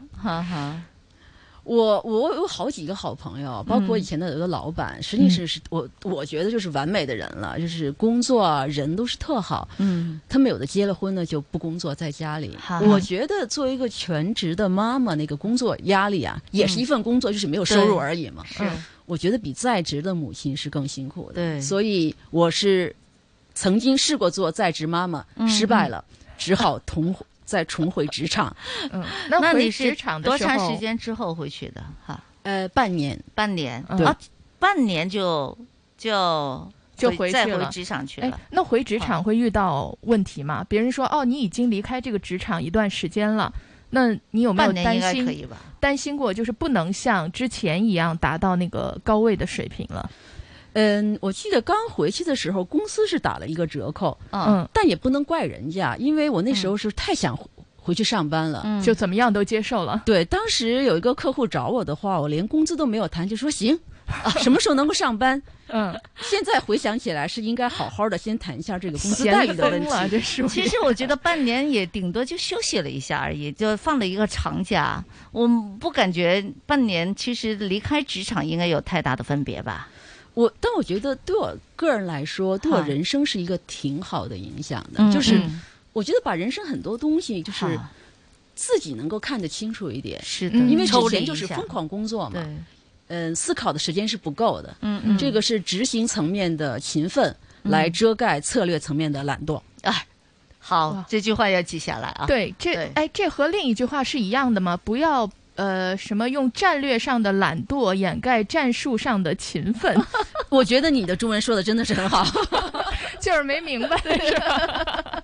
我有好几个好朋友，包括以前的有个老板，实际是我觉得就是完美的人了，就是工作人都是特好。他们有的结了婚呢就不工作，在家里。我觉得作为一个全职的妈妈，那个工作压力也是一份工作，就是没有收入而已嘛。我觉得比在职的母亲是更辛苦的。所以我是曾经试过做在职妈妈，失败了，只好再重回职场。 那你是多长时间之后回去的哈？ 半年。 对，半年就回去了，再回职场去了。 那回职场会遇到问题吗？别人说你已经离开这个职场一段时间了，那你有没有担心过，就是不能像之前一样达到那个高位的水平了？ 我记得刚回去的时候，公司是打了一个折扣，但也不能怪人家，因为我那时候是太想回去上班了， 就怎么样都接受了。 对，当时有一个客户找我的话，我连工资都没有谈，就说行，什么时候能够上班？现在回想起来是应该好好的先谈一下这个工资待遇的问题。 其实我觉得半年也顶多就休息了一下而已，就放了一个长假。我不感觉半年其实离开职场应该有太大的分别吧。 但我觉得对我个人来说，对我人生是一个挺好的影响的。就是我觉得把人生很多东西，就是自己能够看得清楚一点。 是的， 因为之前就是疯狂工作嘛，思考的时间是不够的。这个是执行层面的勤奋来遮盖策略层面的懒惰。 好，这句话要记下来啊。 对，这和另一句话是一样的吗？不要什么用战略上的懒惰掩盖战术上的勤奋。 我觉得你的中文说的真的是很好。 就是没明白是吧？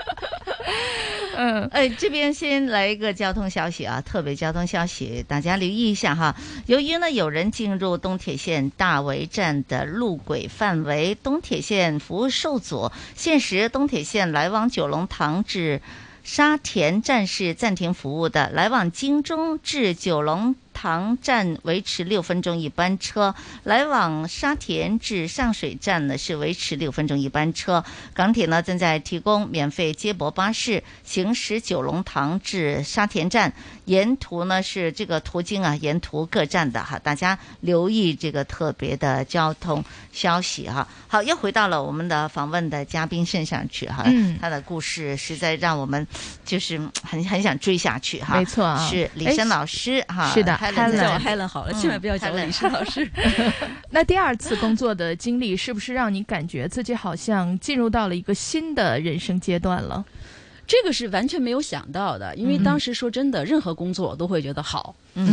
这边先来一个交通消息啊，特别交通消息，大家留意一下哈。由于呢有人进入东铁线大围站的路轨范围，东铁线服务受阻，现时东铁线来往九龙塘至沙田站是暂停服务的，来往金钟至九龙塘站维持6分钟一班车，来往沙田至上水站呢是维持6分钟一班车。港铁呢正在提供免费接驳巴士行驶九龙塘至沙田站，沿途呢是这个途经啊，沿途各站的哈，大家留意这个特别的交通消息哈。好，又回到了我们的访问的嘉宾身上去哈，他的故事实在让我们就是很想追下去哈。 没错啊， 是李珊老师哈， 是的。 叫我 Helen 好了，千万不要叫我李珊老师。 那第二次工作的经历是不是让你感觉自己好像进入到了一个新的人生阶段了？ 这个是完全没有想到的，因为当时说真的，任何工作我都会觉得好。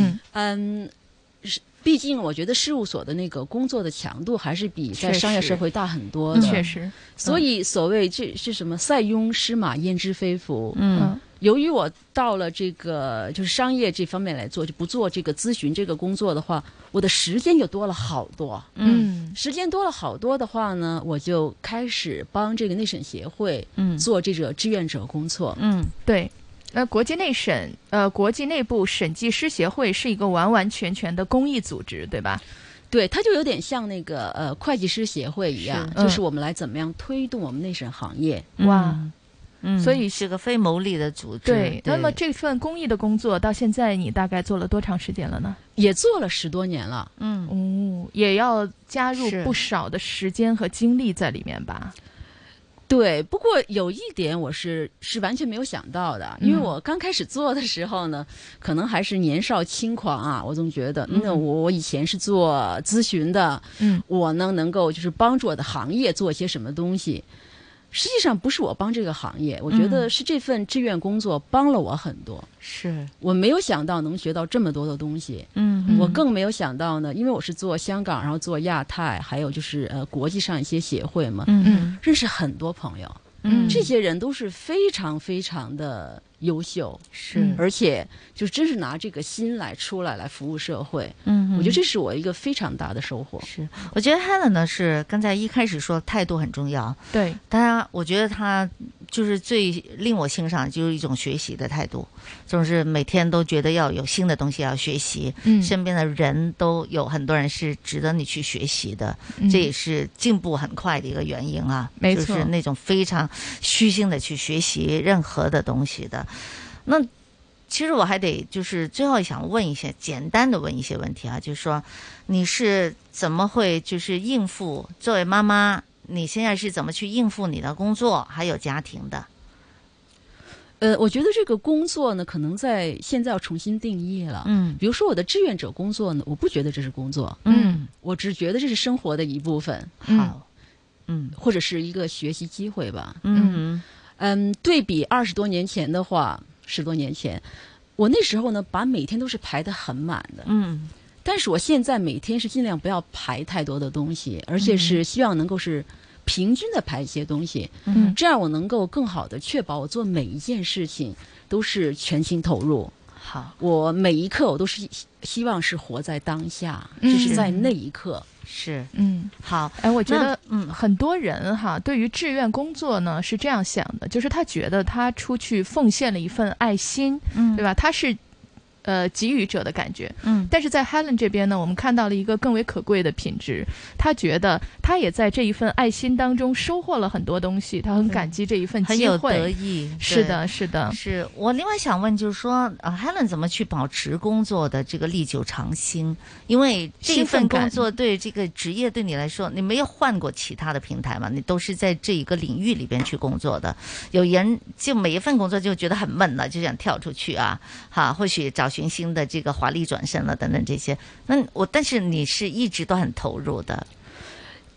毕竟我觉得事务所的那个工作的强度还是比在商业社会大很多的， 确实。 所以所谓这是什么塞翁失马焉知非福。由于我到了这个就是商业这方面来做，就不做这个咨询这个工作的话，我的时间就多了好多。时间多了好多的话呢，我就开始帮这个内审协会做这个志愿者工作。 对。国际内部审计师协会是一个完完全全的公益组织，对吧？ 对，它就有点像那个会计师协会一样，就是我们来怎么样推动我们内审行业。 哇。所以是个非牟利的组织。 对，那么这份公益的工作到现在你大概做了多长时间了呢？ 也做了10多年了。 也要加入不少的时间和精力在里面吧？ 对，不过有一点我是完全没有想到的，因为我刚开始做的时候呢，可能还是年少轻狂啊，我总觉得，那我以前是做咨询的，我呢能够就是帮助我的行业做一些什么东西。实际上不是我帮这个行业，我觉得是这份志愿工作帮了我很多。 是我没有想到能学到这么多的东西。我更没有想到呢，因为我是做香港，然后做亚太，还有就是国际上一些协会嘛，认识很多朋友。这些人都是非常非常的优秀，而且就真是拿这个心来出来服务社会。我觉得这是我一个非常大的收获。 是，我觉得 Helen 呢是刚才一开始说态度很重要。 对， 我觉得他就是最令我欣赏就是一种学习的态度，就是每天都觉得要有新的东西要学习。身边的人都有很多人是值得你去学习的，这也是进步很快的一个原因啊。 没错， 就是那种非常虚心的去学习任何的东西的。那其实我还得就是最后想问一些简单的问一些问题啊，就是说你是怎么会就是应付，作为妈妈你现在是怎么去应付你的工作还有家庭的？ 我觉得这个工作呢，可能在现在要重新定义了。比如说我的志愿者工作呢，我不觉得这是工作。我只觉得这是生活的一部分。 好， 或者是一个学习机会吧。对比20多年前的话，10多年前，我那时候呢，把每天都是排得很满的。但是我现在每天是尽量不要排太多的东西，而且是希望能够是平均的排一些东西。这样我能够更好的确保我做每一件事情都是全心投入。 好， 我每一刻我都是希望是活在当下，就是在那一刻。 是，好， 我觉得，很多人哈，对于志愿工作呢是这样想的，就是他觉得他出去奉献了一份爱心，对吧？他是给予者的感觉。但是在 Helen 这边呢，我们看到了一个更为可贵的品质，他觉得他也在这一份爱心当中收获了很多东西，他很感激这一份机会， 很有得意。 是的，是的。 是我另外想问，就是说Helen 怎么去保持工作的这个历久常新？因为这一份工作对这个职业对你来说，你没有换过其他的平台嘛？你都是在这一个领域里边去工作的。有人就每一份工作就觉得很闷了，就想跳出去啊，或许找寻新的这个华丽转身了等等这些。但是你是一直都很投入的。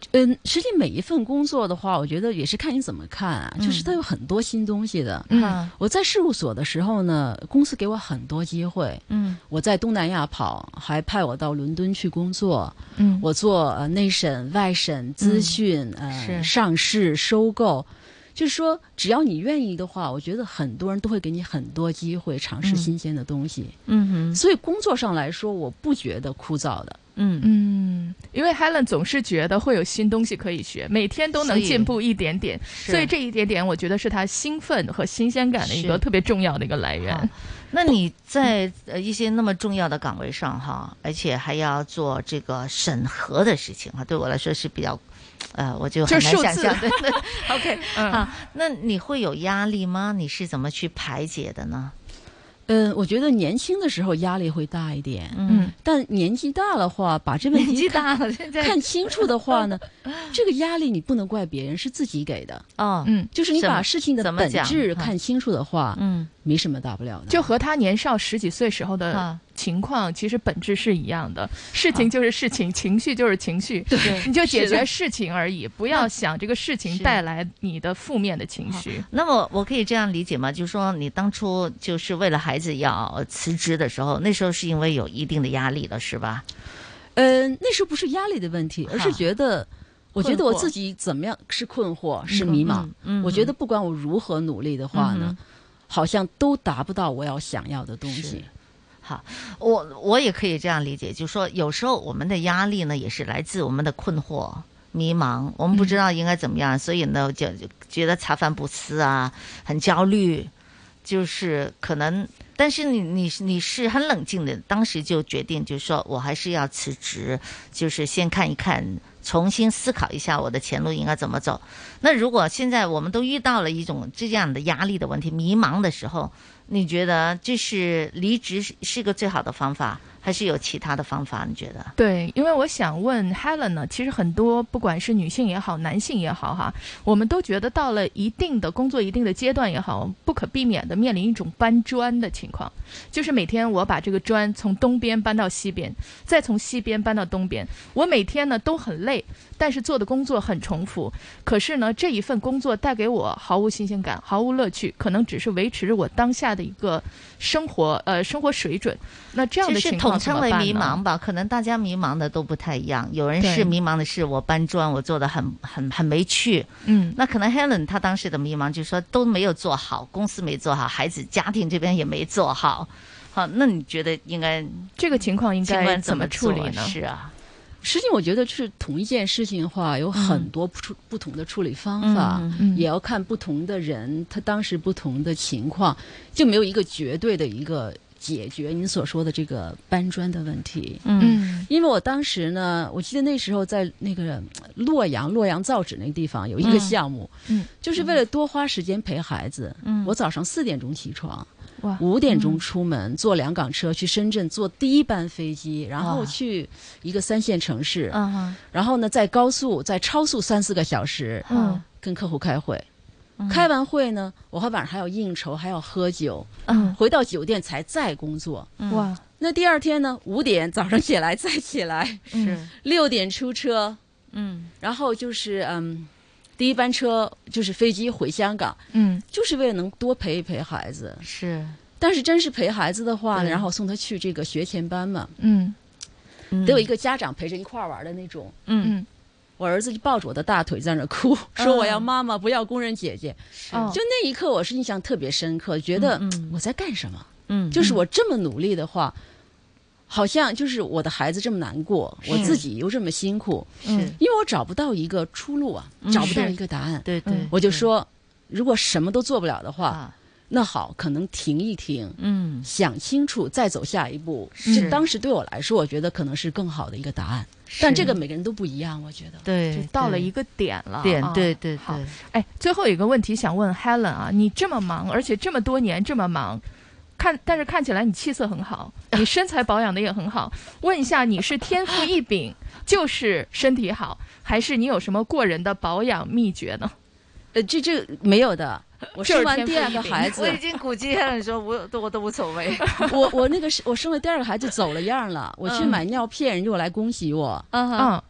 实际每一份工作的话，我觉得也是看你怎么看啊，就是它有很多新东西的。我在事务所的时候呢，公司给我很多机会。我在东南亚跑，还派我到伦敦去工作。我做内审、外审、资讯、上市、收购。就是说，只要你愿意的话，我觉得很多人都会给你很多机会尝试新鲜的东西。所以工作上来说，我不觉得枯燥的。 因为 Helen 总是觉得会有新东西可以学，每天都能进步一点点，所以这一点点我觉得是他兴奋和新鲜感的一个特别重要的一个来源。 那你在一些那么重要的岗位上哈，而且还要做这个审核的事情哈，对我来说是比较我就很难想象。对对，OK， 好，那你会有压力吗？你是怎么去排解的呢？ 我觉得年轻的时候压力会大一点，但年纪大的话，把这问题看清楚的话呢，这个压力你不能怪别人，是自己给的。就是你把事情的本质看清楚的话，没什么大不了的。 就和他年少10几岁时候的情况，其实本质是一样的。事情就是事情，情绪就是情绪，你就解决事情而已，不要想这个事情带来你的负面的情绪。 那么我可以这样理解吗？就是说，你当初就是为了孩子要辞职的时候，那时候是因为有一定的压力了，是吧？ 那时候不是压力的问题，而是觉得。我觉得我自己怎么样是困惑，是迷茫。我觉得不管我如何努力的话呢，好像都达不到我要想要的东西。 好，我也可以这样理解，就是说有时候我们的压力呢，也是来自我们的困惑、迷茫，我们不知道应该怎么样，所以呢就觉得茶饭不思啊，很焦虑，就是可能。但是你是很冷静的，当时就决定，就是说我还是要辞职，就是先看一看，重新思考一下我的前路应该怎么走。那如果现在我们都遇到了一种这样的压力的问题，迷茫的时候，你觉得这是离职是个最好的方法，还是有其他的方法？你觉得？ 对，因为我想问 Helen 呢，其实很多不管是女性也好，男性也好哈，我们都觉得到了一定的工作一定的阶段也好，不可避免的面临一种搬砖的情况，就是每天我把这个砖从东边搬到西边，再从西边搬到东边，我每天呢都很累，但是做的工作很重复，可是呢这一份工作带给我毫无新鲜感，毫无乐趣，可能只是维持着我当下的一个生活水准。那这样的情况统称为迷茫吧，可能大家迷茫的都不太一样。有人是迷茫的是我搬砖，我做的很没趣。那可能 Helen 她当时的迷茫就是说都没有做好，公司没做好，孩子家庭这边也没做好。好，那你觉得应该这个情况应该怎么处理呢？ 是啊。 实际我觉得就是同一件事情的话，有很多不同的处理方法，也要看不同的人他当时不同的情况，就没有一个绝对的一个解决您所说的这个搬砖的问题。因为我当时呢，我记得那时候在那个洛阳造纸那个地方有一个项目，就是为了多花时间陪孩子，我早上4点钟起床。5点钟出门，坐2港车去深圳，坐第一班飞机，然后去一个3线城市，然后呢在高速在超速3-4个小时，跟客户开会，开完会呢，我晚上还要应酬，还要喝酒，回到酒店才再工作。哇，那第二天呢，5点早上起来再起来，是6点出车，然后就是第一班车就是飞机回香港，就是为了能多陪一陪孩子。 是， 但是真是陪孩子的话呢，然后送他去这个学前班嘛，得有一个家长陪着一块玩的那种，我儿子就抱着我的大腿在那哭，说我要妈妈，不要工人姐姐。就那一刻我是印象特别深刻，觉得我在干什么？就是我这么努力的话。好像就是我的孩子这么难过，我自己又这么辛苦，因为我找不到一个出路啊，找不到一个答案。 对， 我就说，如果什么都做不了的话，那好，可能停一停，想清楚再走下一步。这当时对我来说，我觉得可能是更好的一个答案。但这个每个人都不一样，我觉得。 对， 就到了一个点了。 对。 好，最后有一个问题想问 Helen 啊，你这么忙，而且这么多年这么忙。但是看起来你气色很好，你身材保养的也很好。问一下，你是天赋异禀，就是身体好，还是你有什么过人的保养秘诀呢？ 这没有的。我生完第2个孩子， 我已经估计了，说我都无所谓。 我生了第2个孩子走了样了，我去买尿片，人就来恭喜我。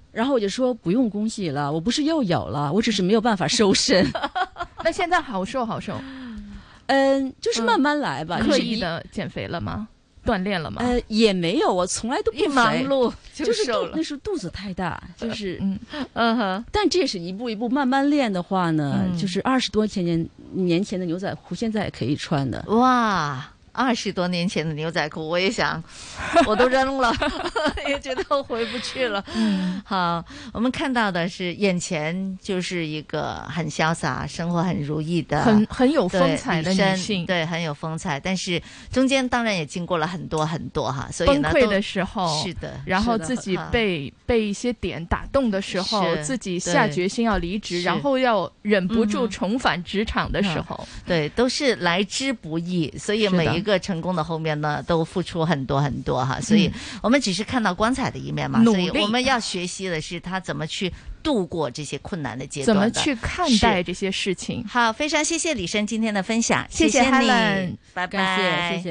然后我就说不用恭喜了，我不是又有了，我只是没有办法瘦身。 那现在好瘦好瘦？ 就是慢慢来吧。 刻意的减肥了吗？锻炼了吗？ 也没有，我从来都不肥， 一忙碌就是瘦了。 那时候肚子太大，就是但这也是一步一步慢慢练的话呢，就是20多年前的牛仔裤现在也可以穿的。 哇！20多年前的牛仔裤，我也想，我都扔了，也觉得回不去了。好，我们看到的是眼前就是一个很潇洒、生活很如意的、 很有风采的女性， 对，很有风采。但是中间当然也经过了很多哈，所以呢， 崩溃的时候是的， 然后自己被一些点打动的时候，自己下决心要离职，然后要忍不住重返职场的时候， 对，都是来之不易，所以每一个成功的后面呢，都付出很多哈，所以我们只是看到光彩的一面嘛，所以我们要学习的是他怎么去度过这些困难的阶段， 怎么去看待这些事情。 好，非常谢谢李生今天的分享， 谢谢你，拜拜， 谢谢。